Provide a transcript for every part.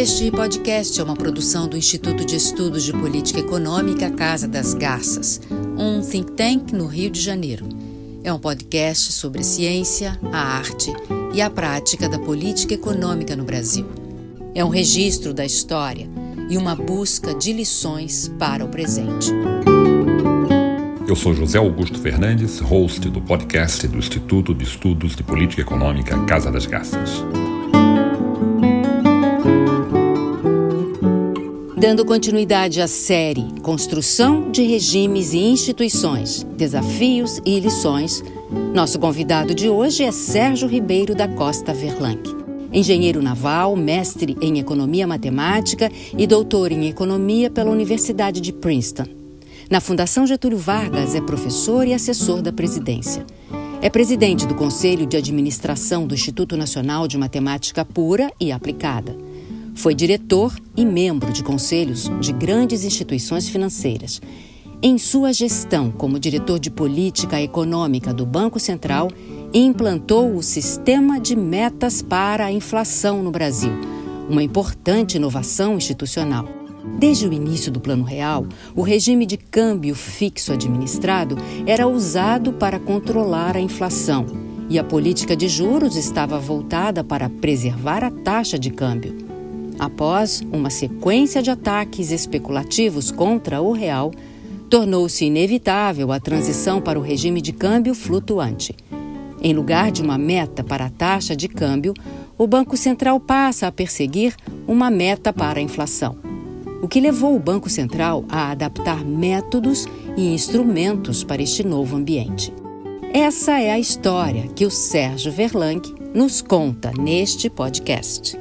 Este podcast é uma produção do Instituto de Estudos de Política Econômica Casa das Garças, um think tank no Rio de Janeiro. É um podcast sobre a ciência, a arte e a prática da política econômica no Brasil. É um registro da história e uma busca de lições para o presente. Eu sou José Augusto Fernandes, host do podcast do Instituto de Estudos de Política Econômica Casa das Garças. Dando continuidade à série Construção de Regimes e Instituições, Desafios e Lições, nosso convidado de hoje é Sérgio Ribeiro da Costa Verlanck. Engenheiro naval, mestre em Economia Matemática e doutor em Economia pela Universidade de Princeton. Na Fundação Getúlio Vargas é professor e assessor da presidência. É presidente do Conselho de Administração do Instituto Nacional de Matemática Pura e Aplicada. Foi diretor e membro de conselhos de grandes instituições financeiras. Em sua gestão como diretor de política econômica do Banco Central, implantou o sistema de metas para a inflação no Brasil, uma importante inovação institucional. Desde o início do Plano Real, o regime de câmbio fixo administrado era usado para controlar a inflação e a política de juros estava voltada para preservar a taxa de câmbio. Após uma sequência de ataques especulativos contra o real, tornou-se inevitável a transição para o regime de câmbio flutuante. Em lugar de uma meta para a taxa de câmbio, o Banco Central passa a perseguir uma meta para a inflação, o que levou o Banco Central a adaptar métodos e instrumentos para este novo ambiente. Essa é a história que o Sérgio Verlanck nos conta neste podcast.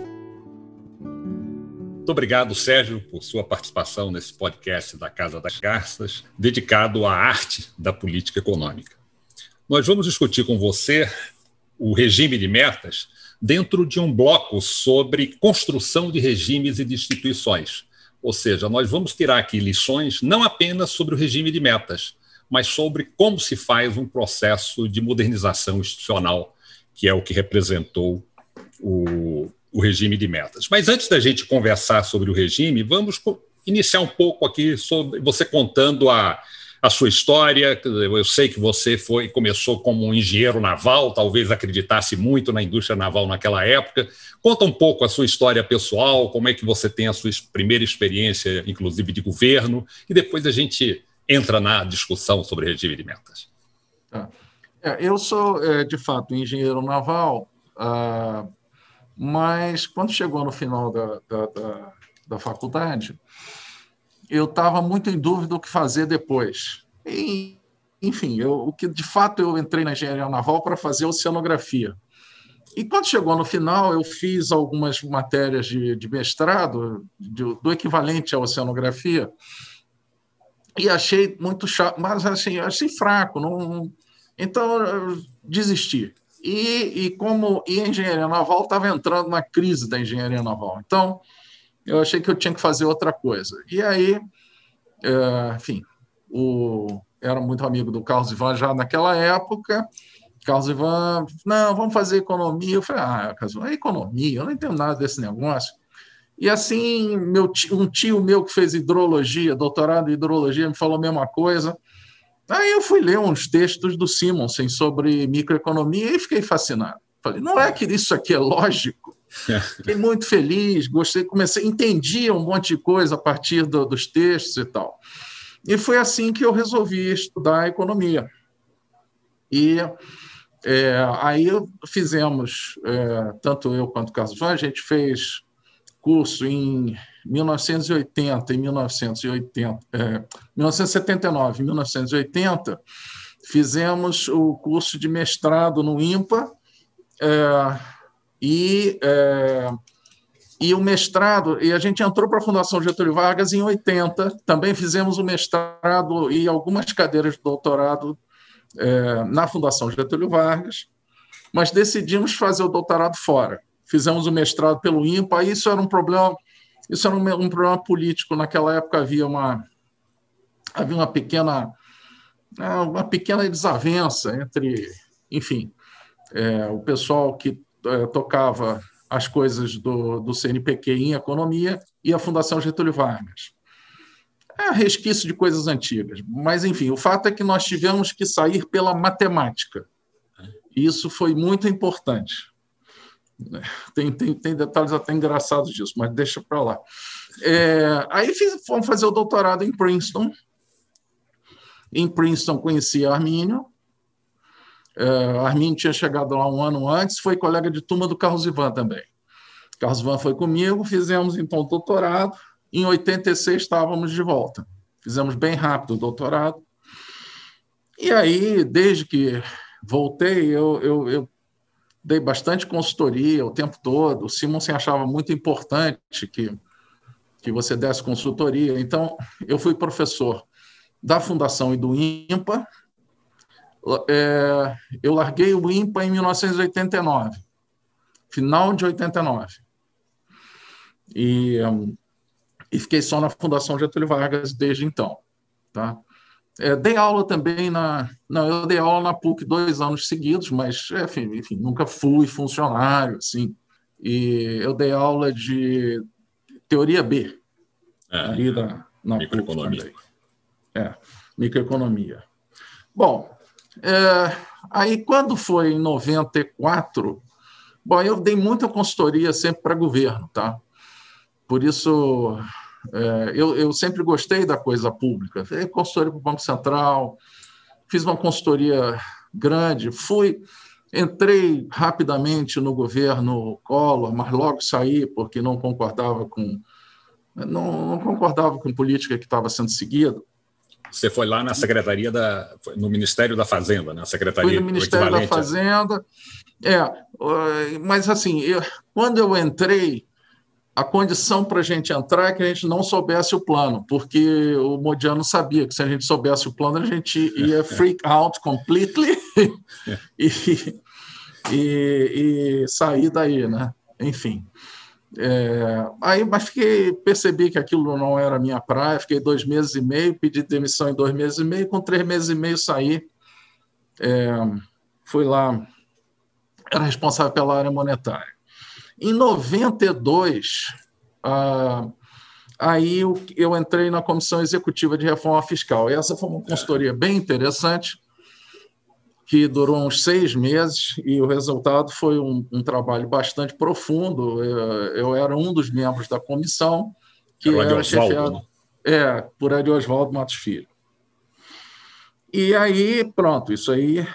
Muito obrigado, Sérgio, por sua participação nesse podcast da Casa das Garças, dedicado à arte da política econômica. Nós vamos discutir com você o regime de metas dentro de um bloco sobre construção de regimes e de instituições. Ou seja, nós vamos tirar aqui lições não apenas sobre o regime de metas, mas sobre como se faz um processo de modernização institucional, que é o que representou o regime de metas. Mas antes da gente conversar sobre o regime, vamos iniciar um pouco aqui sobre você contando a sua história. Eu sei que você começou como um engenheiro naval, talvez acreditasse muito na indústria naval naquela época. Conta um pouco a sua história pessoal, como é que você tem a sua primeira experiência, inclusive de governo, e depois a gente entra na discussão sobre regime de metas. Eu sou, de fato, engenheiro naval, mas quando chegou no final da faculdade, eu estava muito em dúvida do que fazer depois. E, enfim, de fato eu entrei na engenharia naval para fazer oceanografia. E quando chegou no final, eu fiz algumas matérias de mestrado, do equivalente à oceanografia, e achei muito chato, mas assim, achei fraco. Então, eu desisti. E a engenharia naval estava entrando na crise da engenharia naval. Então, eu achei que eu tinha que fazer outra coisa. E aí, enfim, era muito amigo do Carlos Ivan já naquela época. Carlos Ivan, não, vamos fazer economia. Eu falei, Carlos Ivan, economia? Eu não entendo nada desse negócio. E assim, um tio meu que fez hidrologia, doutorado em hidrologia, me falou a mesma coisa. Aí eu fui ler uns textos do Simonsen sobre microeconomia e fiquei fascinado. Falei, não é que isso aqui é lógico? Fiquei muito feliz, gostei, entendi um monte de coisa a partir dos textos e tal. E foi assim que eu resolvi estudar economia. E aí fizemos, tanto eu quanto o Carlos Ivan, a gente fez curso em 1980 e 1979 e 1980, fizemos o curso de mestrado no INPA e o mestrado, e a gente entrou para a Fundação Getúlio Vargas em 80, também fizemos o mestrado e algumas cadeiras de doutorado na Fundação Getúlio Vargas, mas decidimos fazer o doutorado fora. Fizemos o mestrado pelo INPA, e isso era um problema político. Naquela época havia uma pequena desavença entre, enfim, o pessoal que tocava as coisas do CNPq em economia e a Fundação Getúlio Vargas. É resquício de coisas antigas. Mas, enfim, o fato é que nós tivemos que sair pela matemática. E isso foi muito importante. Tem detalhes até engraçados disso, mas deixa para lá. Aí fomos fazer o doutorado em Princeton. Em Princeton conheci Armínio. Armínio tinha chegado lá um ano antes, foi colega de turma do Carlos Ivan também. Carlos Ivan foi comigo, fizemos então o doutorado. Em 86 estávamos de volta. Fizemos bem rápido o doutorado. E aí, desde que voltei, eu dei bastante consultoria o tempo todo. O Simon se achava muito importante que você desse consultoria. Então, eu fui professor da Fundação e do INPA. Eu larguei o INPA em 1989, final de 89. E fiquei só na Fundação Getúlio Vargas desde então. Tá? Dei aula também eu dei aula na PUC 2 anos seguidos, mas, enfim, nunca fui funcionário, assim. E eu dei aula de teoria B, ali na microeconomia. PUC também. Microeconomia. Bom, aí quando foi em 94, eu dei muita consultoria sempre para governo, tá? Por isso, eu sempre gostei da coisa pública. Fiz consultoria para o Banco Central, fiz uma consultoria grande, entrei rapidamente no governo Collor, mas logo saí porque não concordava com a política que estava sendo seguida. Você foi lá na Secretaria no Ministério da Fazenda, na Secretaria. Fui no Ministério da Fazenda. Mas assim, quando eu entrei, a condição para a gente entrar é que a gente não soubesse o plano, porque o Modiano sabia que se a gente soubesse o plano, a gente ia freak out completely e sair daí, né? Enfim. Mas percebi que aquilo não era a minha praia, fiquei 2 meses e meio, pedi demissão em 2 meses e meio, com 3 meses e meio saí. Fui lá, era responsável pela área monetária. Em 92, aí eu entrei na Comissão Executiva de Reforma Fiscal. E essa foi uma consultoria bem interessante, que durou uns 6 meses, e o resultado foi um trabalho bastante profundo. Eu era um dos membros da comissão, que era chefiado por Ariosvaldo Matos Filho. E aí, pronto, isso aí...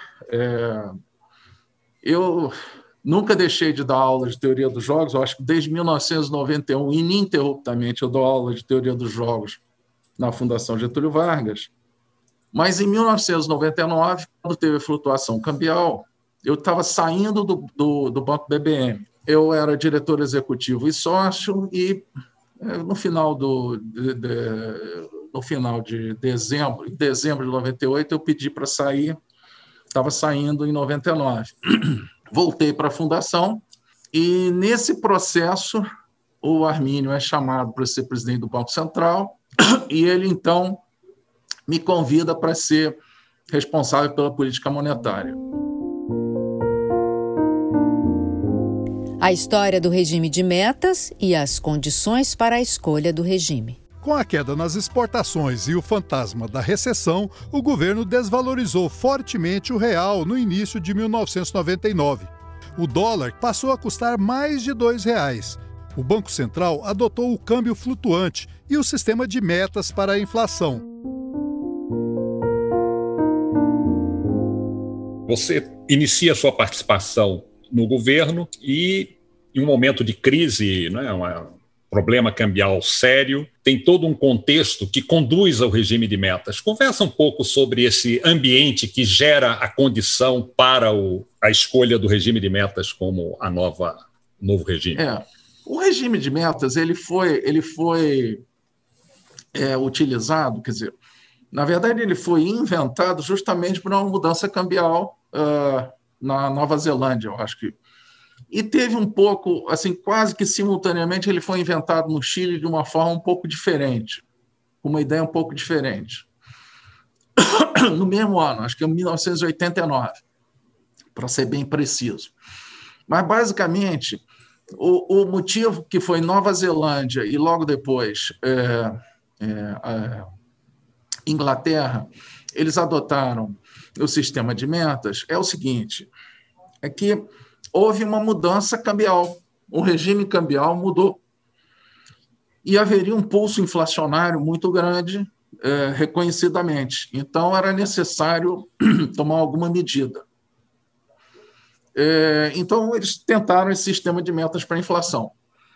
eu nunca deixei de dar aula de teoria dos jogos. Eu acho que desde 1991, ininterruptamente, eu dou aula de teoria dos jogos na Fundação Getúlio Vargas. Mas em 1999, quando teve a flutuação cambial, eu estava saindo do Banco BBM. Eu era diretor executivo e sócio, e no final de dezembro, em dezembro de 98, eu pedi para sair. Estava saindo em 99. Voltei para a Fundação e, nesse processo, o Armínio é chamado para ser presidente do Banco Central e ele, então, me convida para ser responsável pela política monetária. A história do regime de metas e as condições para a escolha do regime. Com a queda nas exportações e o fantasma da recessão, o governo desvalorizou fortemente o real no início de 1999. O dólar passou a custar mais de R$2. O Banco Central adotou o câmbio flutuante e o sistema de metas para a inflação. Você inicia sua participação no governo e, em um momento de crise, né, problema cambial sério, tem todo um contexto que conduz ao regime de metas. Conversa um pouco sobre esse ambiente que gera a condição para a escolha do regime de metas como novo regime. O regime de metas ele foi utilizado, quer dizer, na verdade ele foi inventado justamente por uma mudança cambial na Nova Zelândia, eu acho que. E teve um pouco, assim, quase que simultaneamente, ele foi inventado no Chile de uma forma um pouco diferente, com uma ideia um pouco diferente. No mesmo ano, acho que é 1989, para ser bem preciso. Mas, basicamente, O motivo que foi Nova Zelândia e logo depois Inglaterra, eles adotaram o sistema de metas, é o seguinte, é que houve uma mudança cambial, o regime cambial mudou e haveria um pulso inflacionário muito grande, reconhecidamente. Então, era necessário tomar alguma medida. Então, eles tentaram esse sistema de metas para a inflação.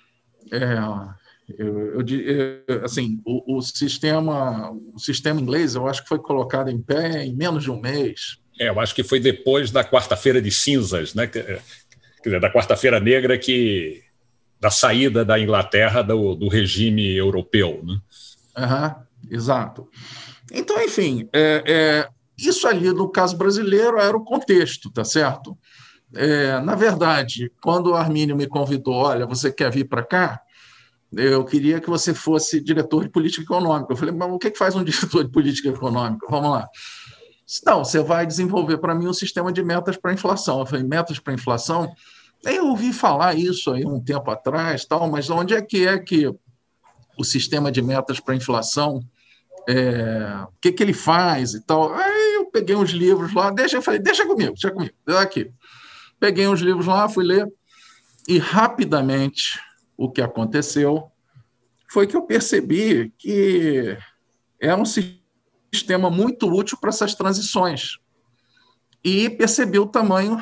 Assim, o sistema inglês, eu acho que foi colocado em pé em menos de um mês. Eu acho que foi depois da quarta-feira de cinzas, né? Quer dizer, da quarta-feira negra, da saída da Inglaterra do regime europeu. Né? Exato. Então, enfim, isso ali, no caso brasileiro, era o contexto, tá certo? Na verdade, quando o Armínio me convidou, olha, você quer vir para cá? Eu queria que você fosse diretor de política econômica. Eu falei, mas o que faz um diretor de política econômica? Vamos lá. Não, você vai desenvolver para mim um sistema de metas para a inflação. Eu falei, metas para a inflação? Eu ouvi falar isso aí um tempo atrás, tal, mas onde é que o sistema de metas para a inflação, o que ele faz e tal? Aí eu peguei uns livros lá, eu falei, deixa comigo, aqui. Peguei uns livros lá, fui ler, e rapidamente o que aconteceu foi que eu percebi que era um sistema muito útil para essas transições. E percebi o tamanho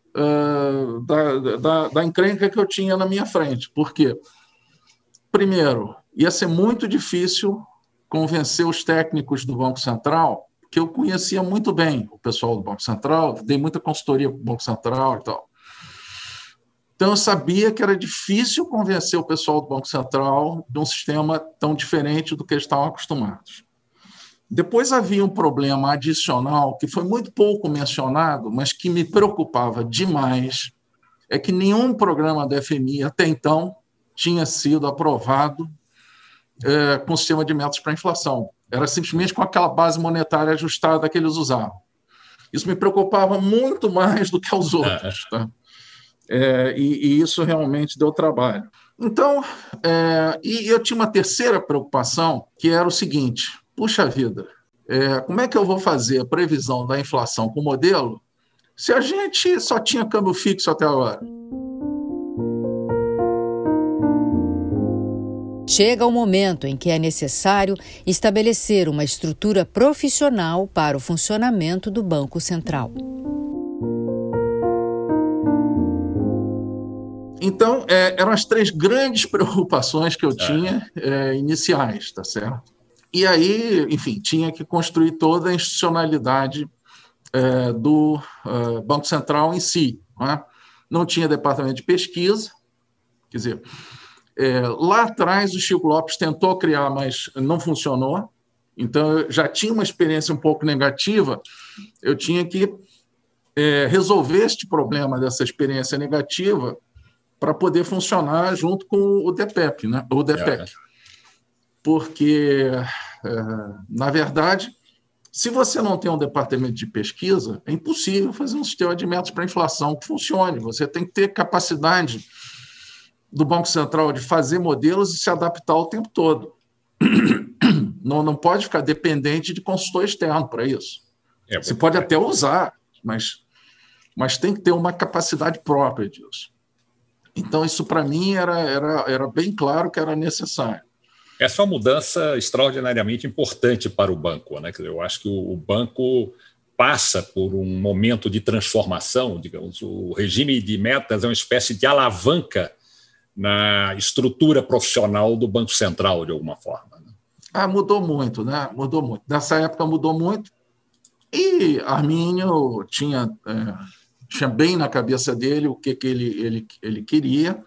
da encrenca que eu tinha na minha frente. Por quê? Primeiro, ia ser muito difícil convencer os técnicos do Banco Central, que eu conhecia muito bem o pessoal do Banco Central, dei muita consultoria para o Banco Central e tal. Então, eu sabia que era difícil convencer o pessoal do Banco Central de um sistema tão diferente do que eles estavam acostumados. Depois havia um problema adicional que foi muito pouco mencionado, mas que me preocupava demais, é que nenhum programa da FMI até então tinha sido aprovado com o sistema de metas para a inflação. Era simplesmente com aquela base monetária ajustada que eles usavam. Isso me preocupava muito mais do que aos outros. Tá? E isso realmente deu trabalho. Então, e eu tinha uma terceira preocupação, que era o seguinte, puxa vida, como é que eu vou fazer a previsão da inflação com o modelo se a gente só tinha câmbio fixo até agora? Chega o momento em que é necessário estabelecer uma estrutura profissional para o funcionamento do Banco Central. Então, eram as três grandes preocupações que eu tinha iniciais, tá certo? E aí, enfim, tinha que construir toda a institucionalidade do Banco Central em si. Não tinha departamento de pesquisa, quer dizer, lá atrás o Chico Lopes tentou criar, mas não funcionou. Então, eu já tinha uma experiência um pouco negativa, eu tinha que resolver este problema dessa experiência negativa para poder funcionar junto com o DPEP, né? O DPEC. Porque, na verdade, se você não tem um departamento de pesquisa, é impossível fazer um sistema de metas para inflação que funcione. Você tem que ter capacidade do Banco Central de fazer modelos e se adaptar o tempo todo. Não pode ficar dependente de consultor externo para isso. Você pode até usar, mas tem que ter uma capacidade própria disso. Então, isso, para mim, era bem claro que era necessário. Essa é uma mudança extraordinariamente importante para o banco, né? Eu acho que o banco passa por um momento de transformação, digamos, o regime de metas é uma espécie de alavanca na estrutura profissional do Banco Central, de alguma forma. Né? Mudou muito, né? Mudou muito. Nessa época mudou muito. E Armínio tinha bem na cabeça dele o que ele queria.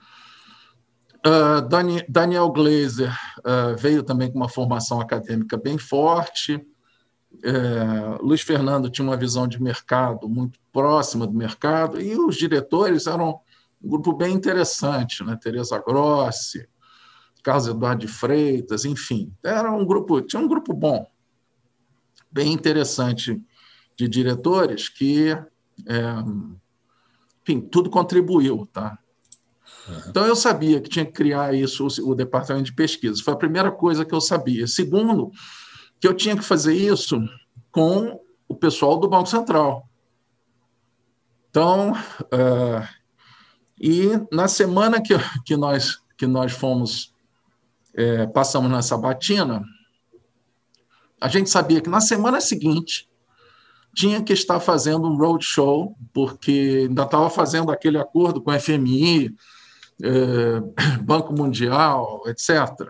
Daniel Glaser veio também com uma formação acadêmica bem forte. Luiz Fernando tinha uma visão de mercado muito próxima do mercado, e os diretores eram um grupo bem interessante, né? Teresa Grossi, Carlos Eduardo de Freitas, enfim. Tinha um grupo bom, bem interessante de diretores que, enfim, tudo contribuiu, tá? Então, eu sabia que tinha que criar isso, o departamento de pesquisa. Foi a primeira coisa que eu sabia. Segundo, que eu tinha que fazer isso com o pessoal do Banco Central. Então, e na semana que nós fomos, passamos na sabatina, a gente sabia que na semana seguinte tinha que estar fazendo um roadshow, porque ainda estava fazendo aquele acordo com o FMI, Banco Mundial, etc.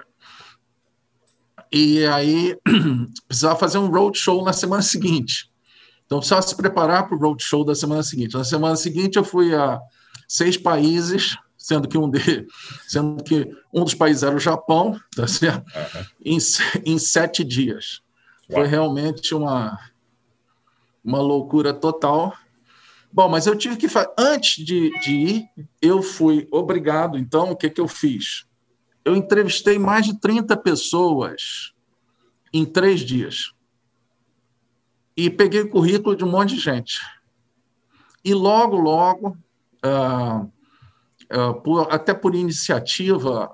E aí precisava fazer um roadshow na semana seguinte. Então, precisava se preparar para o roadshow da semana seguinte. Na semana seguinte, eu fui a 6 países, sendo que um dos países era o Japão, tá certo? Em 7 dias. Uau. Foi realmente uma loucura total. Bom, mas eu tive que fazer. Antes de ir, eu fui obrigado. Então, o que eu fiz? Eu entrevistei mais de 30 pessoas em 3 dias. E peguei o currículo de um monte de gente. E logo, até por iniciativa,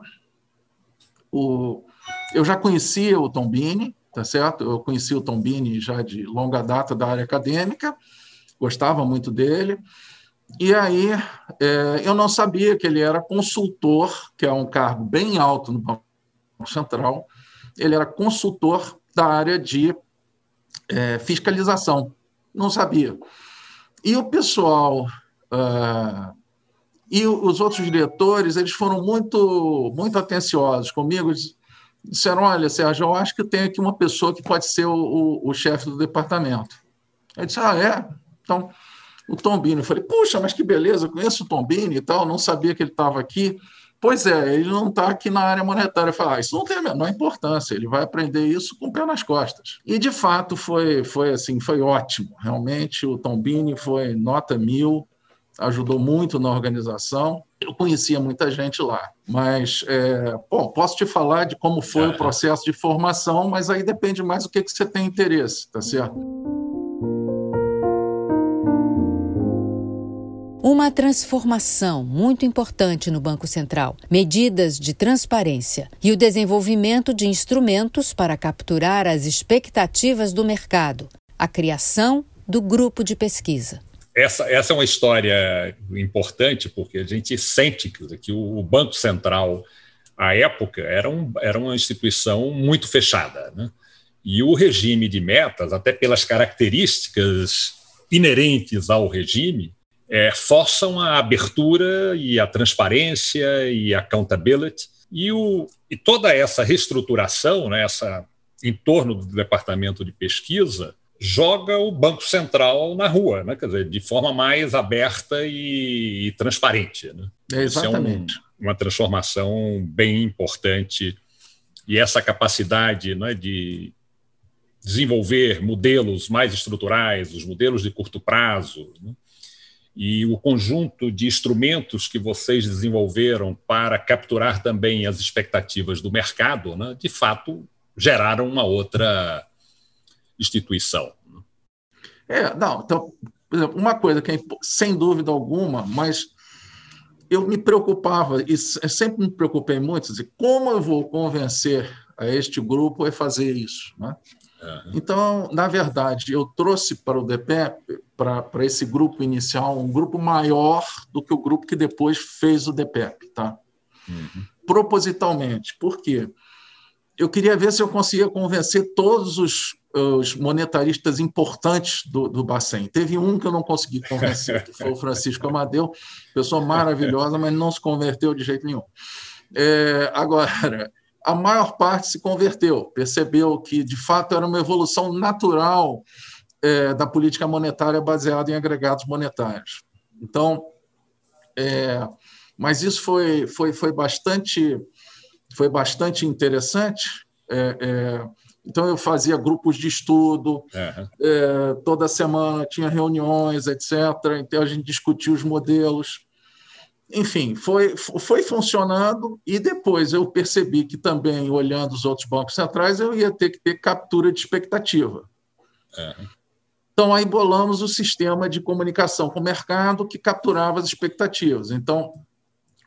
eu já conhecia o Tombini, tá certo? Eu conhecia o Tombini já de longa data da área acadêmica, gostava muito dele. E aí eu não sabia que ele era consultor, que é um cargo bem alto no Banco Central. Ele era consultor da área de fiscalização. Não sabia. E o pessoal e os outros diretores, eles foram muito, muito atenciosos comigo. Disseram, olha, Sérgio, eu acho que tem aqui uma pessoa que pode ser o chefe do departamento. Eu disse, Então, o Tombini. Eu falei, puxa, mas que beleza, eu conheço o Tombini e tal, não sabia que ele estava aqui. Pois é, ele não está aqui na área monetária. Eu falei, isso não tem a menor importância, ele vai aprender isso com o pé nas costas. E, de fato, foi ótimo. Realmente, o Tombini foi nota 1000, ajudou muito na organização. Eu conhecia muita gente lá, mas, posso te falar de como foi o processo de formação, mas aí depende mais do que você tem interesse, tá certo? Uma transformação muito importante no Banco Central, medidas de transparência e o desenvolvimento de instrumentos para capturar as expectativas do mercado, a criação do grupo de pesquisa. Essa é uma história importante, porque a gente sente que o Banco Central, à época, era uma instituição muito fechada, né? E o regime de metas, até pelas características inerentes ao regime, forçam a abertura e a transparência e a accountability. E toda essa reestruturação, né, em torno do departamento de pesquisa, joga o Banco Central na rua, né? Quer dizer, de forma mais aberta e transparente, né? Exatamente. Isso uma transformação bem importante. E essa capacidade, né, de desenvolver modelos mais estruturais, os modelos de curto prazo, né? E o conjunto de instrumentos que vocês desenvolveram para capturar também as expectativas do mercado, né, de fato, geraram uma outra instituição. Então, por exemplo, uma coisa que sem dúvida alguma, mas eu me preocupava, e sempre me preocupei muito, dizer, como eu vou convencer a este grupo a fazer isso, né? Então, na verdade, eu trouxe para o DPEP, para esse grupo inicial, um grupo maior do que o grupo que depois fez o DPEP, tá? Propositalmente. Por quê? Eu queria ver se eu conseguia convencer todos os monetaristas importantes do Bacen. Teve um que eu não consegui convencer, que foi o Francisco Amadeu, pessoa maravilhosa, mas não se converteu de jeito nenhum. Agora, a maior parte se converteu, percebeu que, de fato, era uma evolução natural da política monetária baseada em agregados monetários. Então, mas isso foi bastante interessante. Então, eu fazia grupos de estudo, toda semana tinha reuniões, etc. Então, a gente discutia os modelos. Enfim, foi funcionando, e depois eu percebi que também, olhando os outros bancos centrais, eu ia ter que ter captura de expectativa. Então, aí bolamos o sistema de comunicação com o mercado que capturava as expectativas. Então,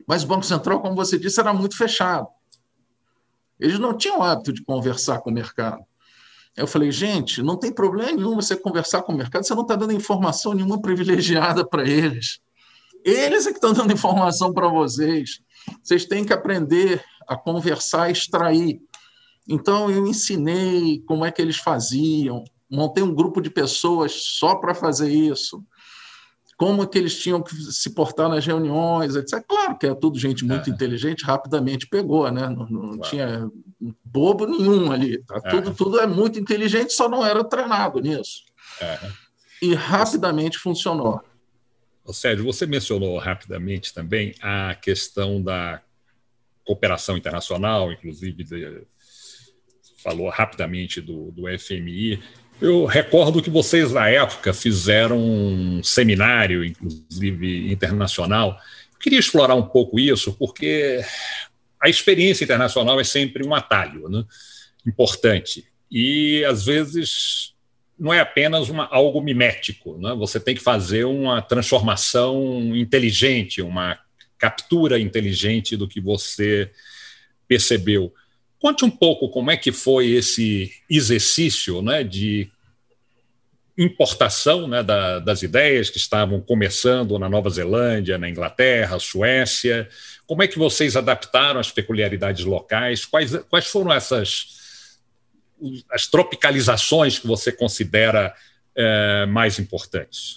Mas o Banco Central, como você disse, era muito fechado. Eles não tinham o hábito de conversar com o mercado. Eu falei, gente, não tem problema nenhum você conversar com o mercado, você não está dando informação nenhuma privilegiada para eles. Eles é que estão dando informação para vocês. Vocês têm que aprender a conversar, extrair. Então, eu ensinei como é que eles faziam, montei um grupo de pessoas só para fazer isso, como é que eles tinham que se portar nas reuniões, etc. Claro que é tudo gente muito inteligente, rapidamente pegou, né? Não tinha bobo nenhum ali. Tá? Tudo é muito inteligente, só não era treinado nisso. E rapidamente funcionou. Sérgio, você mencionou rapidamente também a questão da cooperação internacional, inclusive falou rapidamente do FMI. Eu recordo que vocês, na época, fizeram um seminário, inclusive internacional. Eu queria explorar um pouco isso, porque a experiência internacional é sempre um atalho, né? Importante. E, às vezes, não é apenas algo mimético, né? Você tem que fazer uma transformação inteligente, uma captura inteligente do que você percebeu. Conte um pouco como é que foi esse exercício, né, de importação, né, das ideias que estavam começando na Nova Zelândia, na Inglaterra, Suécia. Como é que vocês adaptaram as peculiaridades locais? Quais foram as tropicalizações que você considera mais importantes?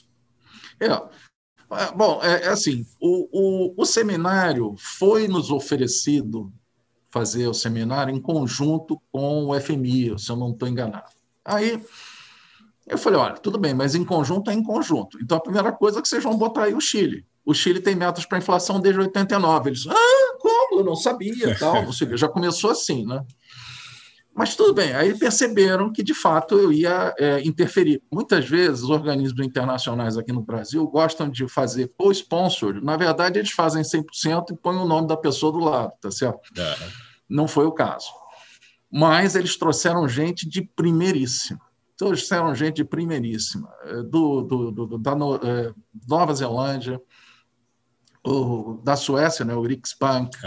Bom, assim, o seminário foi nos oferecido fazer o seminário em conjunto com o FMI, se eu não estou enganado. Aí eu falei, olha, tudo bem, mas em conjunto é em conjunto. Então a primeira coisa é que vocês vão botar aí o Chile. O Chile tem metas para inflação desde 89. Eles, como? Eu não sabia, tal, não sei. Já começou assim, né? Mas tudo bem, aí perceberam que, de fato, eu ia interferir. Muitas vezes, os organismos internacionais aqui no Brasil gostam de fazer co-sponsor. Na verdade, eles fazem 100% e põem o nome da pessoa do lado, tá certo? Não foi o caso. Mas eles trouxeram gente de primeiríssima. Trouxeram gente de primeiríssima. Da Nova Zelândia, da Suécia, né, o Riksbank,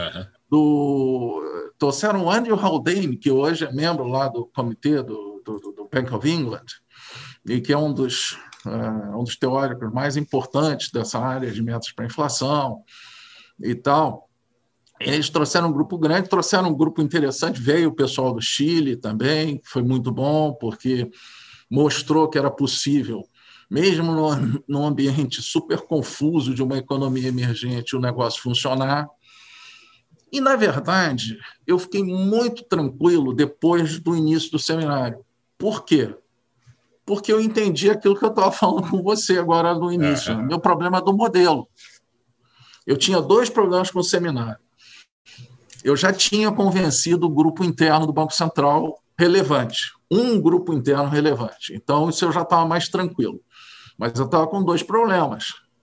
trouxeram o Andrew Haldane, que hoje é membro lá do comitê do Bank of England, e que é um dos teóricos mais importantes dessa área de metas para inflação e tal. Eles trouxeram um grupo grande, trouxeram um grupo interessante, veio o pessoal do Chile também, foi muito bom, porque mostrou que era possível, mesmo num ambiente super confuso de uma economia emergente, o negócio funcionar. E, na verdade, eu fiquei muito tranquilo depois do início do seminário. Por quê? Porque eu entendi aquilo que eu estava falando com você agora no início. Meu problema é do modelo. Eu tinha 2 problemas com o seminário. Eu já tinha convencido o grupo interno do Banco Central relevante. Um grupo interno relevante. Então, isso eu já estava mais tranquilo. Mas eu estava com 2 problemas.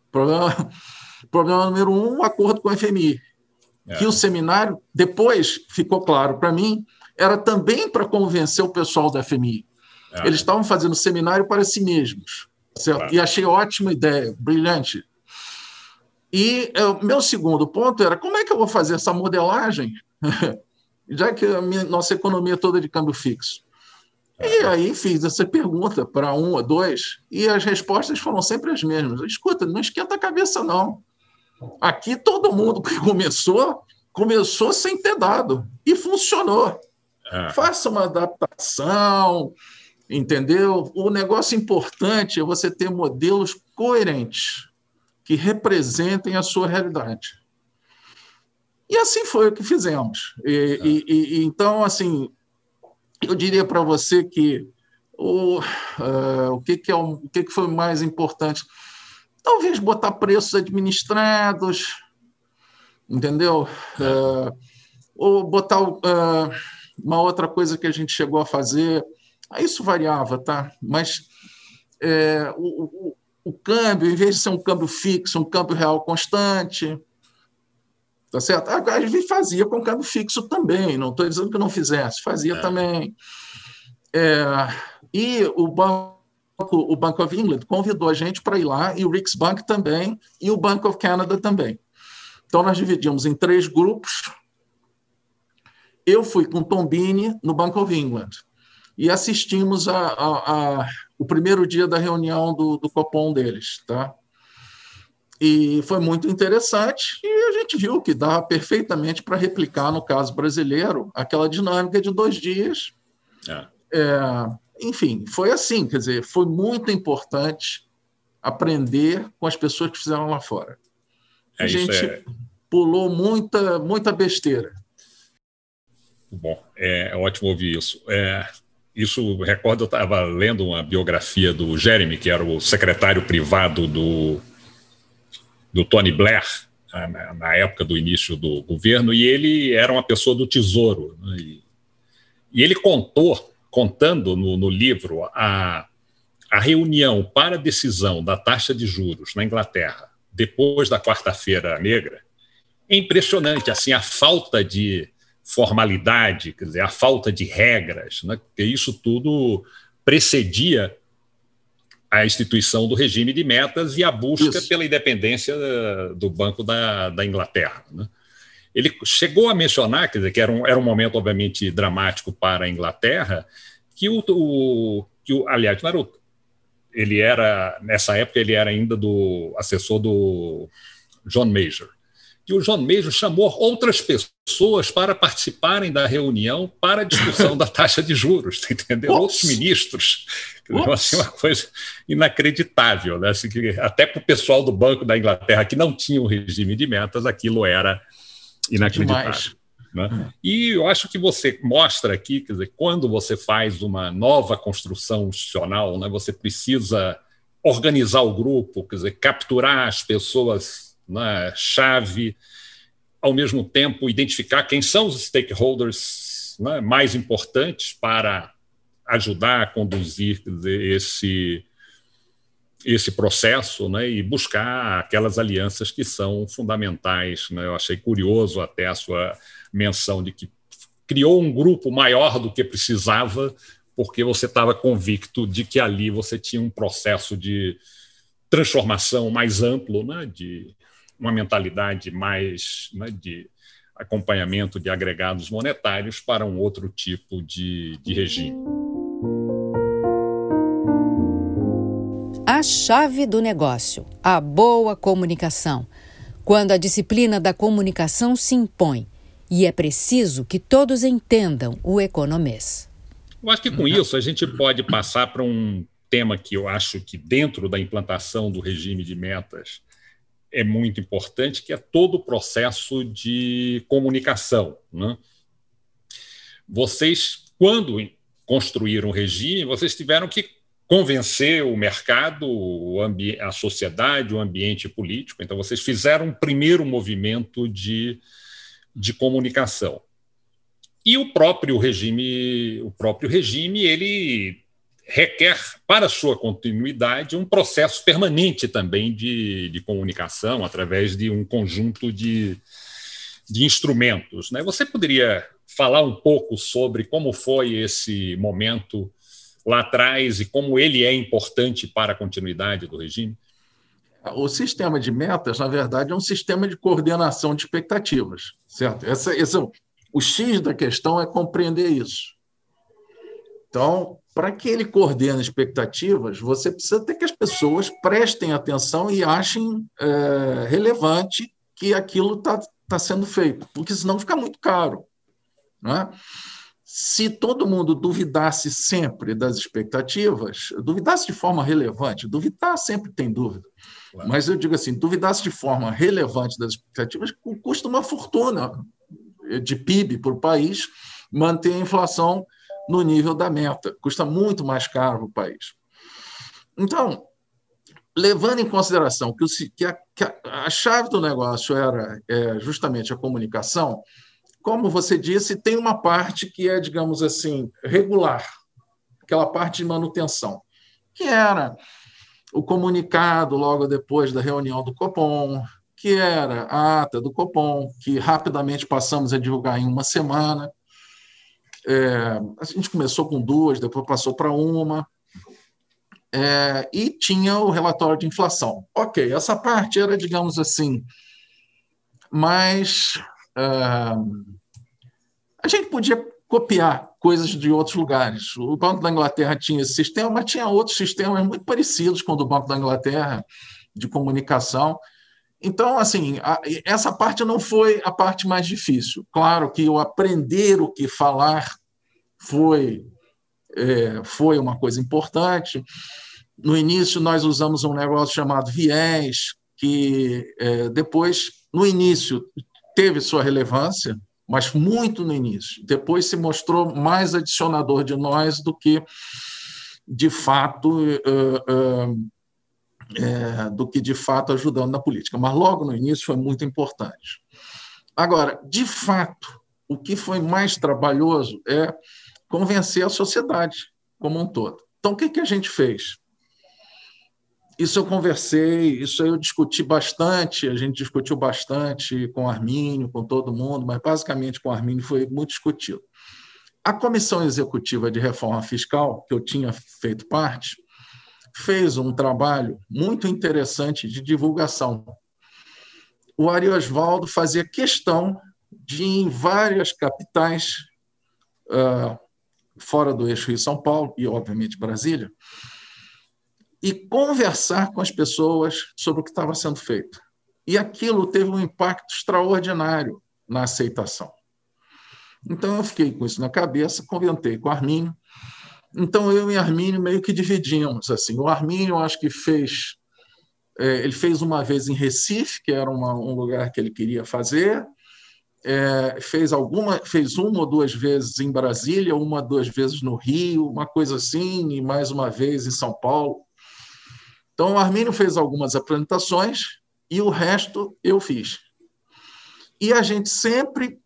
Problema número 1, o acordo com o FMI. Que o seminário, depois ficou claro para mim, era também para convencer o pessoal da FMI. Eles estavam fazendo seminário para si mesmos. Certo? E achei ótima ideia, brilhante. E o meu segundo ponto era, como é que eu vou fazer essa modelagem, já que nossa economia é toda de câmbio fixo? E aí fiz essa pergunta para 1 ou 2, e as respostas foram sempre as mesmas. Escuta, não esquenta a cabeça, não. Aqui todo mundo que começou sem ter dado e funcionou. Faça uma adaptação, entendeu? O negócio importante é você ter modelos coerentes que representem a sua realidade. E assim foi o que fizemos. Então, assim, eu diria para você que o que foi mais importante? Talvez botar preços administrados, entendeu? Ou botar uma outra coisa que a gente chegou a fazer. Isso variava, tá? Mas o câmbio, em vez de ser um câmbio fixo, um câmbio real constante, tá certo? A gente fazia com câmbio fixo também, não estou dizendo que não fizesse, fazia também. E o Bank of England convidou a gente para ir lá, e o Riksbank também, e o Bank of Canada também. Então, nós dividimos em 3 grupos. Eu fui com Tombini no Bank of England e assistimos o primeiro dia da reunião do Copom deles, tá? E foi muito interessante e a gente viu que dava perfeitamente para replicar, no caso brasileiro, aquela dinâmica de 2 dias. Enfim, foi assim, quer dizer, foi muito importante aprender com as pessoas que fizeram lá fora. A gente pulou muita besteira. Bom, é ótimo ouvir isso. Isso, recordo, eu estava lendo uma biografia do Jeremy, que era o secretário privado do Tony Blair, na época do início do governo, e ele era uma pessoa do Tesouro. Né? E ele contando no livro a reunião para decisão da taxa de juros na Inglaterra, depois da Quarta-feira Negra, é impressionante, assim, a falta de formalidade, quer dizer, a falta de regras, né? Porque isso tudo precedia a instituição do regime de metas e a busca pela independência do Banco da Inglaterra. Né? Ele chegou a mencionar, quer dizer, que era um momento, obviamente, dramático para a Inglaterra, que aliás, não era nessa época, ele era ainda do assessor do John Major. E o John Major chamou outras pessoas para participarem da reunião para a discussão da taxa de juros, entendeu? Outros ministros. Assim, uma coisa inacreditável, né? Assim, que até para o pessoal do Banco da Inglaterra, que não tinha um regime de metas, aquilo era inacreditável. Né? E eu acho que você mostra aqui, quer dizer, quando você faz uma nova construção institucional, né, você precisa organizar o grupo, quer dizer, capturar as pessoas na chave, ao mesmo tempo identificar quem são os stakeholders, né, mais importantes para ajudar a conduzir, quer dizer, esse processo, né, e buscar aquelas alianças que são fundamentais. Né? Eu achei curioso até a sua menção de que criou um grupo maior do que precisava, porque você estava convicto de que ali você tinha um processo de transformação mais amplo, né, de uma mentalidade mais, né, de acompanhamento de agregados monetários para um outro tipo de regime. A chave do negócio, a boa comunicação. Quando a disciplina da comunicação se impõe e é preciso que todos entendam o economês. Eu acho que com isso a gente pode passar para um tema que eu acho que dentro da implantação do regime de metas é muito importante, que é todo o processo de comunicação. Né? Vocês, quando construíram o regime, vocês tiveram que convencer o mercado, a sociedade, o ambiente político. Então, vocês fizeram um primeiro movimento de comunicação. E o próprio regime, ele requer, para sua continuidade, um processo permanente também de comunicação através de um conjunto de instrumentos. Né? Você poderia falar um pouco sobre como foi esse momento lá atrás e como ele é importante para a continuidade do regime? O sistema de metas, na verdade, é um sistema de coordenação de expectativas, certo? O X da questão é compreender isso. Então, para que ele coordene expectativas, você precisa ter que as pessoas prestem atenção e achem relevante que aquilo está sendo feito, porque senão fica muito caro. Não é? Se todo mundo duvidasse sempre das expectativas, duvidasse de forma relevante, duvidar sempre tem dúvida, claro. Mas eu digo assim, duvidasse de forma relevante das expectativas, custa uma fortuna de PIB para o país manter a inflação no nível da meta, custa muito mais caro para o país. Então, levando em consideração que a chave do negócio era justamente a comunicação, como você disse, tem uma parte que é, digamos assim, regular, aquela parte de manutenção, que era o comunicado logo depois da reunião do Copom, que era a ata do Copom, que rapidamente passamos a divulgar em uma semana. A gente começou com 2, depois passou para 1, e tinha o relatório de inflação. Ok, essa parte era, digamos assim, mas a gente podia copiar coisas de outros lugares. O Banco da Inglaterra tinha esse sistema, mas tinha outros sistemas muito parecidos com o do Banco da Inglaterra, de comunicação. Então, assim, essa parte não foi a parte mais difícil. Claro que o aprender o que falar foi uma coisa importante. No início, nós usamos um negócio chamado viés, que depois, no início, teve sua relevância, mas muito no início. Depois se mostrou mais adicionador de nós do que, de fato, ajudando na política. Mas logo no início foi muito importante. Agora, de fato, o que foi mais trabalhoso é convencer a sociedade como um todo. Então, o que a gente fez? Isso eu conversei, isso eu discuti bastante, a gente discutiu bastante com o Armínio, com todo mundo, mas basicamente com o Armínio foi muito discutido. A Comissão Executiva de Reforma Fiscal, que eu tinha feito parte, fez um trabalho muito interessante de divulgação. O Ari Osvaldo fazia questão de, em várias capitais, fora do eixo Rio-São Paulo, e, obviamente, Brasília, e conversar com as pessoas sobre o que estava sendo feito. E aquilo teve um impacto extraordinário na aceitação. Então, eu fiquei com isso na cabeça, comentei com o Armínio. Então, eu e o Armínio meio que dividimos. Assim. O Armínio, acho que ele fez uma vez em Recife, que era um lugar que ele queria fazer, fez uma ou duas vezes em Brasília, uma ou duas vezes no Rio, uma coisa assim, e mais uma vez em São Paulo. Então, o Armínio fez algumas apresentações e o resto eu fiz. E a gente sempre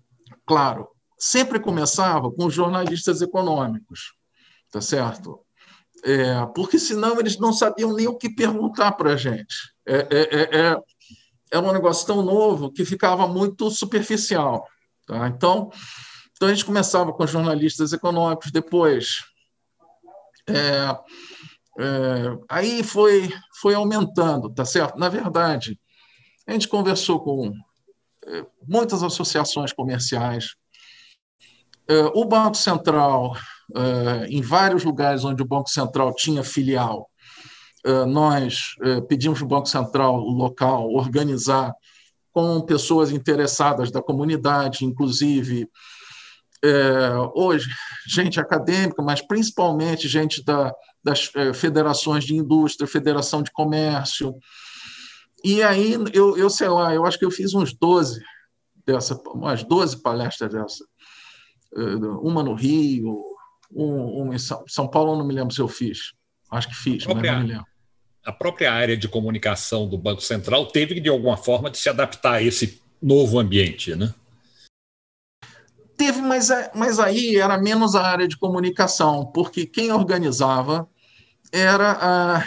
começava com os jornalistas econômicos, tá certo? Porque senão eles não sabiam nem o que perguntar para a gente. Era um negócio tão novo que ficava muito superficial. Tá? Então, a gente começava com os jornalistas econômicos, depois... aí foi aumentando, tá certo? Na verdade, a gente conversou com muitas associações comerciais, o Banco Central, em vários lugares onde o Banco Central tinha filial, nós pedimos para o Banco Central local organizar com pessoas interessadas da comunidade, inclusive hoje, gente acadêmica, mas principalmente gente das federações de indústria, federação de comércio. E aí, eu acho que eu fiz umas 12 palestras dessa. Uma no Rio, uma em São Paulo, não me lembro se eu fiz. Acho que fiz, mas não me lembro. A própria área de comunicação do Banco Central teve, de alguma forma, de se adaptar a esse novo ambiente, né? Teve, mas aí era menos a área de comunicação, porque quem organizava era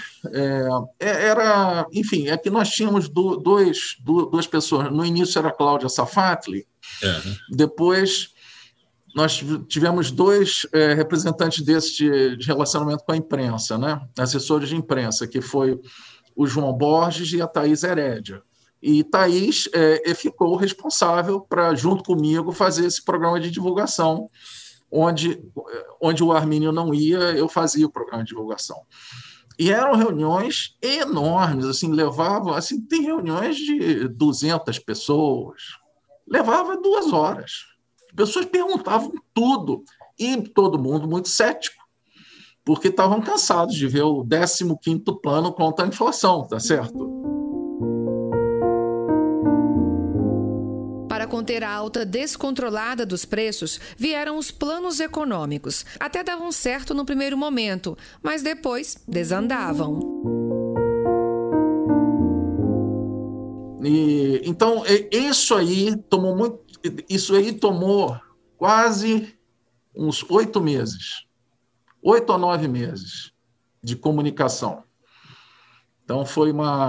enfim, é que nós tínhamos duas pessoas. No início era a Cláudia Safatli, depois nós tivemos dois representantes de relacionamento com a imprensa, né? Assessores de imprensa, que foi o João Borges e a Thaís Herédia. E Thaís ficou responsável para, junto comigo, fazer esse programa de divulgação, onde o Armínio não ia, eu fazia o programa de divulgação. E eram reuniões enormes, assim, tem reuniões de 200 pessoas, levava 2 horas. As pessoas perguntavam tudo, e todo mundo muito cético, porque estavam cansados de ver o 15º plano contra a inflação, tá certo? Para conter a alta descontrolada dos preços, vieram os planos econômicos. Até davam certo no primeiro momento, mas depois desandavam. Então, isso aí tomou quase uns 8 meses, 8 a 9 meses de comunicação. Então, foi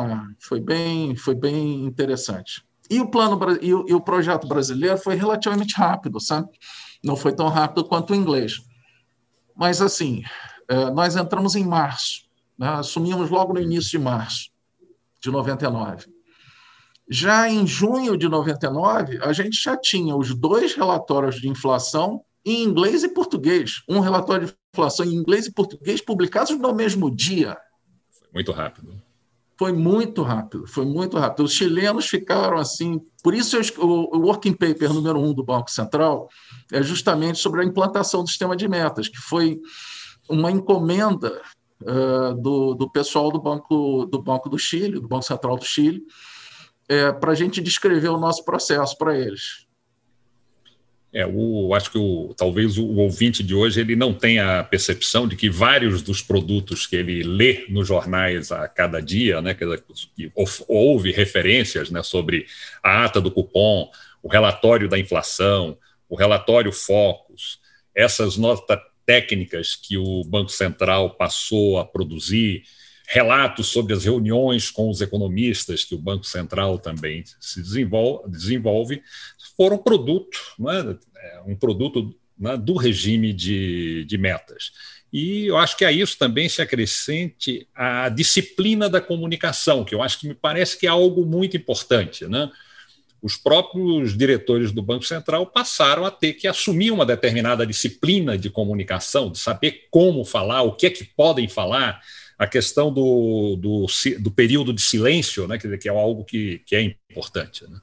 bem interessante. E o projeto brasileiro foi relativamente rápido, sabe? Não foi tão rápido quanto o inglês. Mas, assim, nós entramos em março, né? Assumimos logo no início de março de 99. Já em junho de 99, a gente já tinha os 2 relatórios de inflação em inglês e português. Um relatório de inflação em inglês e português publicados no mesmo dia. Foi muito rápido. Foi muito rápido, foi muito rápido. Os chilenos ficaram assim... Por isso, o Working Paper número 1 do Banco Central é justamente sobre a implantação do sistema de metas, que foi uma encomenda do pessoal do Banco do Chile, do Banco Central do Chile, para a gente descrever o nosso processo para eles. Acho que talvez o ouvinte de hoje ele não tenha a percepção de que vários dos produtos que ele lê nos jornais a cada dia, né, que houve referências, né, sobre a ata do cupom, o relatório da inflação, o relatório Focus, essas notas técnicas que o Banco Central passou a produzir, relatos sobre as reuniões com os economistas que o Banco Central também se desenvolve, foram produto, né, um produto, né, do regime de metas. E eu acho que a isso também se acrescente a disciplina da comunicação, que eu acho que me parece que é algo muito importante, né? Os próprios diretores do Banco Central passaram a ter que assumir uma determinada disciplina de comunicação, de saber como falar, o que é que podem falar, a questão do período de silêncio, né, que é algo que é importante, né?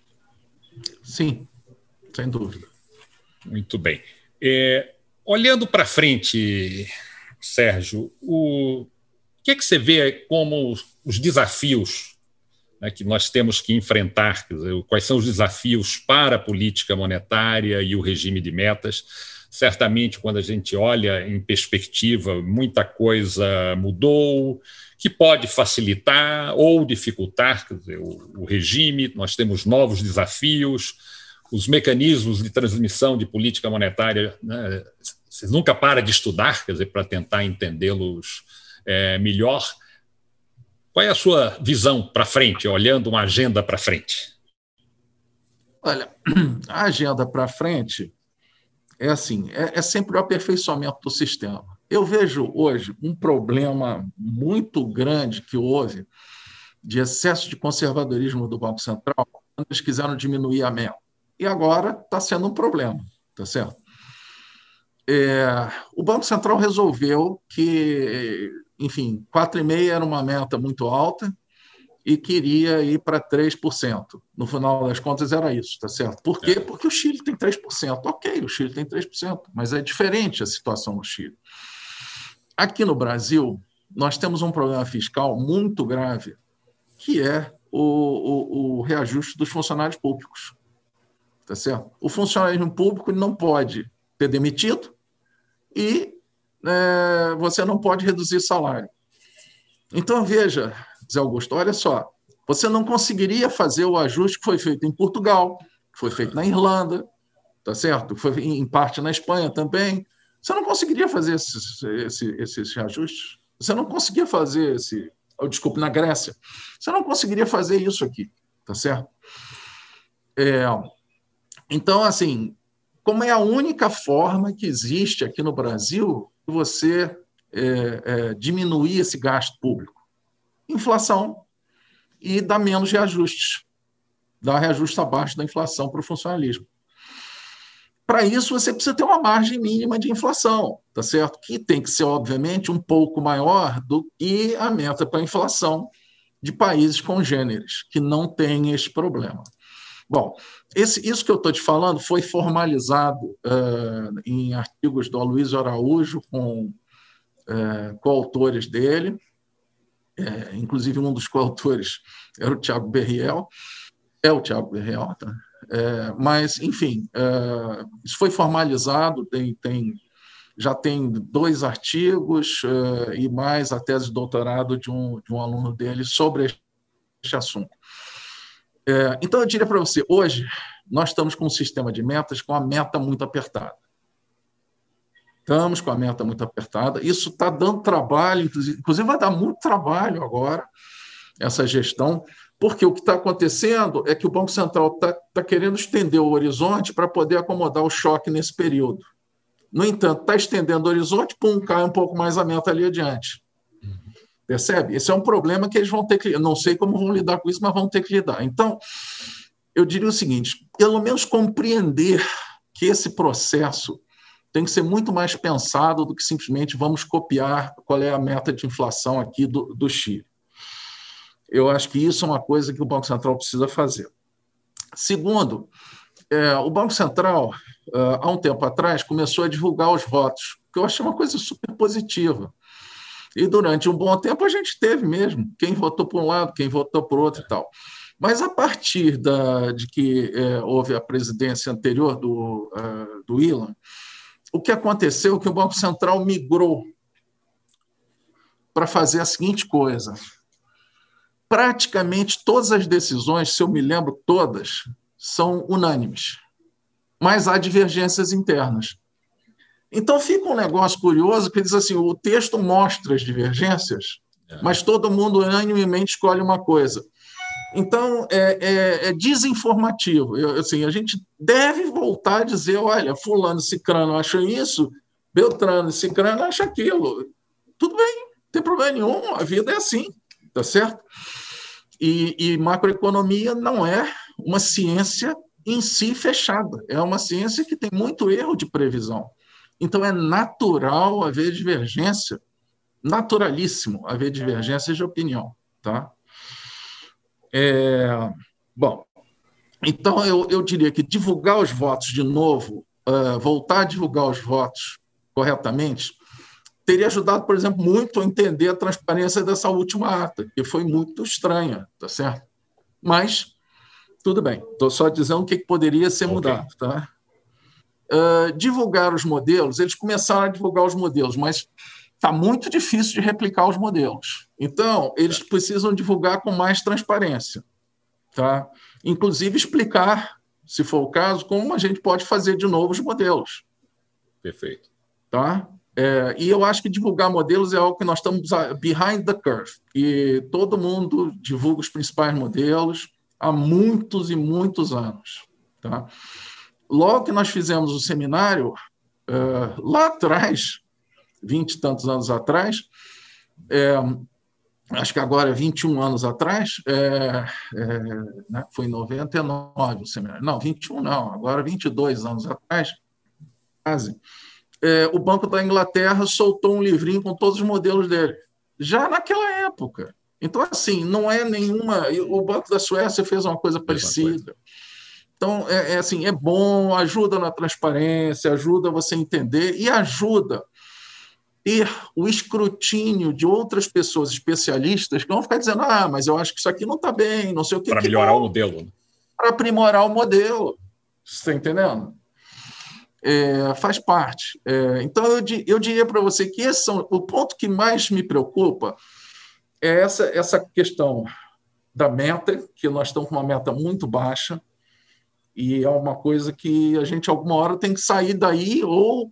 Sim, sem dúvida. Muito bem. Olhando para frente, Sérgio, o que é que você vê como os desafios, né, que nós temos que enfrentar? Quer dizer, quais são os desafios para a política monetária e o regime de metas? Certamente, quando a gente olha em perspectiva, muita coisa mudou, que pode facilitar ou dificultar, quer dizer, o regime. Nós temos novos desafios, os mecanismos de transmissão de política monetária, né, você nunca para de estudar, quer dizer, para tentar entendê-los melhor. Qual é a sua visão para frente, olhando uma agenda para frente? Olha, a agenda para frente é assim, é sempre o aperfeiçoamento do sistema. Eu vejo hoje um problema muito grande que houve de excesso de conservadorismo do Banco Central quando eles quiseram diminuir a meta. E agora está sendo um problema, tá certo? O Banco Central resolveu que, enfim, 4,5% era uma meta muito alta e queria ir para 3%. No final das contas, era isso, tá certo? Por quê? Porque o Chile tem 3%. Ok, o Chile tem 3%, mas é diferente a situação no Chile. Aqui no Brasil, nós temos um problema fiscal muito grave, que é o reajuste dos funcionários públicos. Tá certo? O funcionário público não pode ser demitido e você não pode reduzir salário. Então, veja, Zé Augusto, olha só, você não conseguiria fazer o ajuste que foi feito em Portugal, que foi feito na Irlanda, tá certo? Foi em parte na Espanha também. Você não conseguiria fazer esses reajustes. Você não conseguia fazer desculpe, na Grécia. Você não conseguiria fazer isso aqui, tá certo? Então, assim, como é a única forma que existe aqui no Brasil de você diminuir esse gasto público? Inflação e dar menos reajustes, dar reajuste abaixo da inflação para o funcionalismo. Para isso, você precisa ter uma margem mínima de inflação, tá certo? Que tem que ser, obviamente, um pouco maior do que a meta para a inflação de países congêneres, que não têm esse problema. Bom, isso que eu estou te falando foi formalizado em artigos do Aloysio Araújo com coautores dele, inclusive um dos coautores era o Thiago Berriel, tá? Mas, enfim, isso foi formalizado, já tem 2 artigos e mais a tese de doutorado de um aluno dele sobre este assunto. Então, eu diria para você, hoje, nós estamos com um sistema de metas com a meta muito apertada. Estamos com a meta muito apertada. Isso está dando trabalho, inclusive vai dar muito trabalho agora, essa gestão, porque o que está acontecendo é que o Banco Central está querendo estender o horizonte para poder acomodar o choque nesse período. No entanto, está estendendo o horizonte, cai um pouco mais a meta ali adiante. Percebe? Esse é um problema que eles vão ter que... Eu não sei como vão lidar com isso, mas vão ter que lidar. Então, eu diria o seguinte, pelo menos compreender que esse processo tem que ser muito mais pensado do que simplesmente vamos copiar qual é a meta de inflação aqui do Chile. Eu acho que isso é uma coisa que o Banco Central precisa fazer. Segundo, o Banco Central, há um tempo atrás, começou a divulgar os votos, que eu achei uma coisa super positiva. E durante um bom tempo a gente teve mesmo quem votou por um lado, quem votou por outro e tal. Mas a partir de que houve a presidência anterior do Ilan, o que aconteceu é que o Banco Central migrou para fazer a seguinte coisa. Praticamente todas as decisões, se eu me lembro todas, são unânimes, mas há divergências internas. Então fica um negócio curioso que diz assim, o texto mostra as divergências, mas todo mundo unanimemente escolhe uma coisa. Então, é desinformativo. Assim, a gente deve voltar a dizer, olha, fulano e cicrano acham isso, Beltrano e cicrano acham aquilo. Tudo bem, não tem problema nenhum, a vida é assim, tá certo? E macroeconomia não é uma ciência em si fechada, é uma ciência que tem muito erro de previsão. Então, é natural haver divergência, naturalíssimo haver divergência de opinião, tá? Bom, então eu diria que divulgar os votos de novo, voltar a divulgar os votos corretamente, teria ajudado, por exemplo, muito a entender a transparência dessa última ata, que foi muito estranha, tá certo? Mas, tudo bem, estou só dizendo o que poderia ser mudado, tá? Divulgar os modelos, eles começaram a divulgar os modelos, mas está muito difícil de replicar os modelos. Então, eles precisam divulgar com mais transparência, tá? Inclusive explicar, se for o caso, como a gente pode fazer de novo os modelos. Perfeito. Tá? E eu acho que divulgar modelos é algo que nós estamos behind the curve, e todo mundo divulga os principais modelos há muitos e muitos anos. Tá? Logo que nós fizemos o seminário, lá atrás, 20 e tantos anos atrás, acho que agora 21 anos atrás, né, foi em 99 o seminário, não, 21 não, agora 22 anos atrás, quase, o Banco da Inglaterra soltou um livrinho com todos os modelos dele, já naquela época. Então, assim, não é nenhuma... O Banco da Suécia fez uma coisa parecida. Então, assim, é bom, ajuda na transparência, ajuda você a entender e ajuda ter o escrutínio de outras pessoas especialistas que vão ficar dizendo, mas eu acho que isso aqui não está bem, não sei o que. Para melhorar o modelo. Para aprimorar o modelo. Você está entendendo? Faz parte. Então, eu diria para você que o ponto que mais me preocupa é essa questão da meta, que nós estamos com uma meta muito baixa, e é uma coisa que a gente, alguma hora, tem que sair daí, ou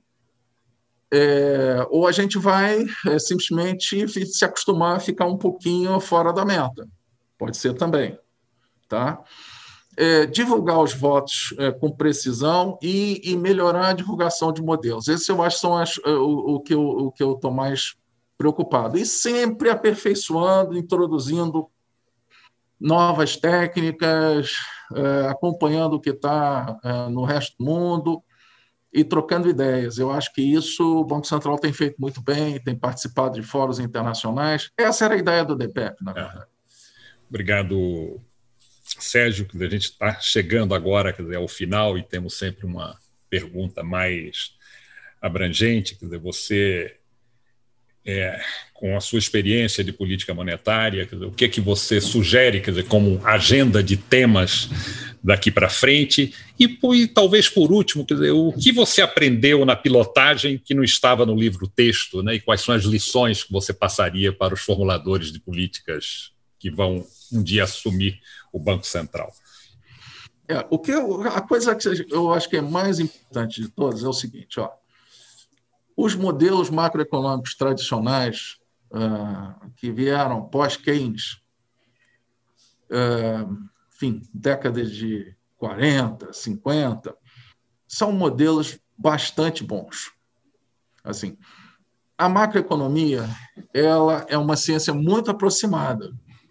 a gente vai simplesmente se acostumar a ficar um pouquinho fora da meta. Pode ser também. Tá? Divulgar os votos com precisão e melhorar a divulgação de modelos. Esses eu acho que são o que eu estou mais preocupado. E sempre aperfeiçoando, introduzindo novas técnicas, acompanhando o que está no resto do mundo e trocando ideias. Eu acho que isso o Banco Central tem feito muito bem, tem participado de fóruns internacionais. Essa era a ideia do DPEP, na verdade. Obrigado, Sérgio. A gente está chegando agora, ao final, e temos sempre uma pergunta mais abrangente. Você, com a sua experiência de política monetária, o que é que você sugere, como agenda de temas daqui para frente? E talvez, por último, o que você aprendeu na pilotagem que não estava no livro-texto, né? E quais são as lições que você passaria para os formuladores de políticas que vão um dia assumir o Banco Central? A coisa que eu acho que é mais importante de todas é o seguinte, os modelos macroeconômicos tradicionais que vieram pós-Keynes, enfim, décadas de 40, 50, são modelos bastante bons. Assim, a macroeconomia ela é uma ciência muito aproximada.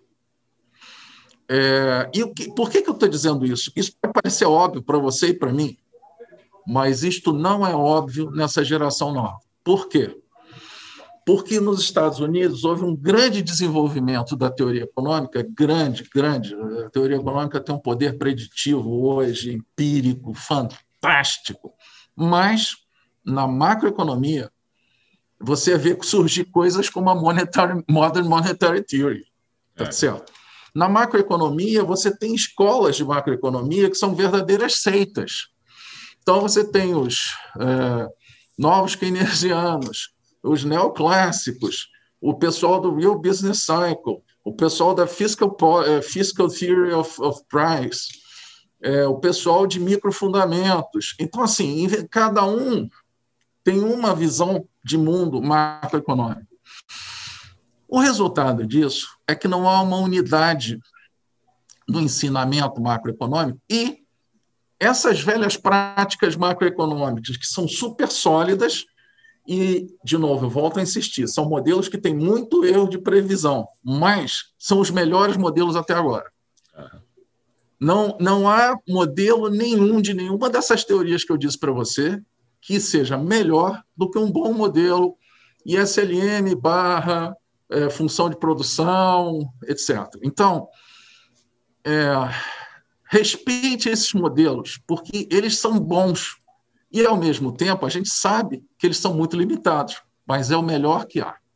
Por que eu estou dizendo isso? Isso vai parecer óbvio para você e para mim, mas isto não é óbvio nessa geração nova. Por quê? Porque nos Estados Unidos houve um grande desenvolvimento da teoria econômica, grande. A teoria econômica tem um poder preditivo hoje, empírico, fantástico. Mas, na macroeconomia, você vê surgir coisas como a Modern Monetary Theory. Tá certo? Na macroeconomia, você tem escolas de macroeconomia que são verdadeiras seitas. Então, você tem os novos keynesianos, os neoclássicos, o pessoal do Real Business Cycle, o pessoal da Fiscal Theory of Price, o pessoal de microfundamentos. Então, assim, cada um tem uma visão de mundo macroeconômico. O resultado disso é que não há uma unidade no ensinamento macroeconômico e essas velhas práticas macroeconômicas, que são super sólidas, e, de novo, eu volto a insistir, são modelos que têm muito erro de previsão, mas são os melhores modelos até agora. Não há modelo nenhum de nenhuma dessas teorias que eu disse para você que seja melhor do que um bom modelo ISLM / função de produção, etc. Então, respeite esses modelos, porque eles são bons. E, ao mesmo tempo, a gente sabe que eles são muito limitados, mas é o melhor que há.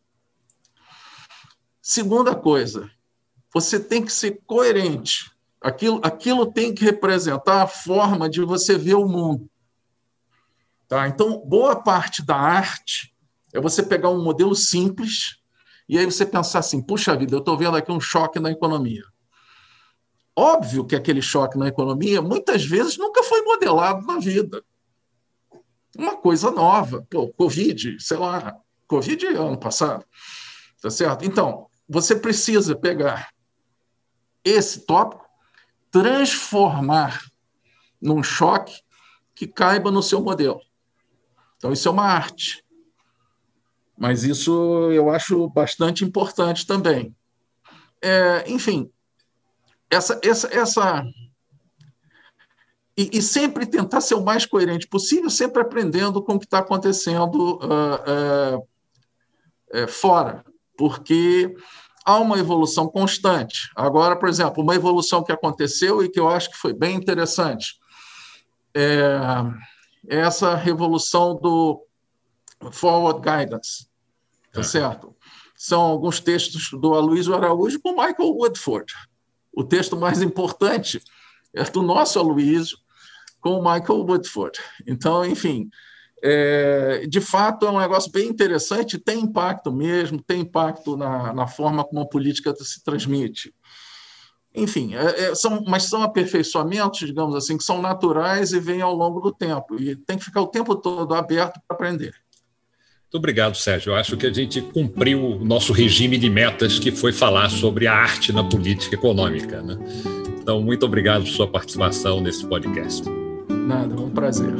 Segunda coisa, você tem que ser coerente. Aquilo tem que representar a forma de você ver o mundo. Tá? Então, boa parte da arte é você pegar um modelo simples e aí você pensar assim, puxa vida, eu estou vendo aqui um choque na economia. Óbvio que aquele choque na economia, muitas vezes, nunca foi modelado na vida. Uma coisa nova, Covid, Covid ano passado, tá certo? Então, você precisa pegar esse tópico, transformar num choque que caiba no seu modelo. Então, isso é uma arte. Mas isso eu acho bastante importante também. Enfim, E sempre tentar ser o mais coerente possível, sempre aprendendo com o que está acontecendo fora, porque há uma evolução constante. Agora, por exemplo, uma evolução que aconteceu e que eu acho que foi bem interessante é essa revolução do Forward Guidance, tá certo? São alguns textos do Aloysio Araújo com Michael Woodford. O texto mais importante é do nosso Aloysio com o Michael Woodford. Então, enfim, de fato é um negócio bem interessante, tem impacto mesmo, tem impacto na forma como a política se transmite. Enfim, mas são aperfeiçoamentos, digamos assim, que são naturais e vêm ao longo do tempo, e tem que ficar o tempo todo aberto para aprender. Muito obrigado, Sérgio. Eu acho que a gente cumpriu o nosso regime de metas, que foi falar sobre a arte na política econômica, né? Então, muito obrigado por sua participação nesse podcast. Nada, é um prazer.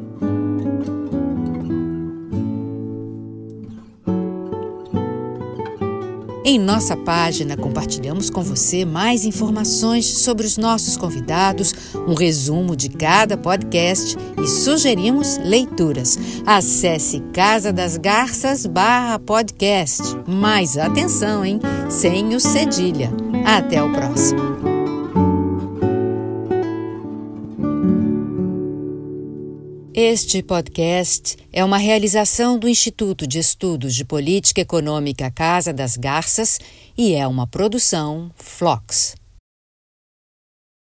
Em nossa página, compartilhamos com você mais informações sobre os nossos convidados, um resumo de cada podcast e sugerimos leituras. Acesse casadasgarças.com/podcast. Mas atenção, hein? Sem o cedilha. Até o próximo. Este podcast é uma realização do Instituto de Estudos de Política Econômica Casa das Garças e é uma produção Flox.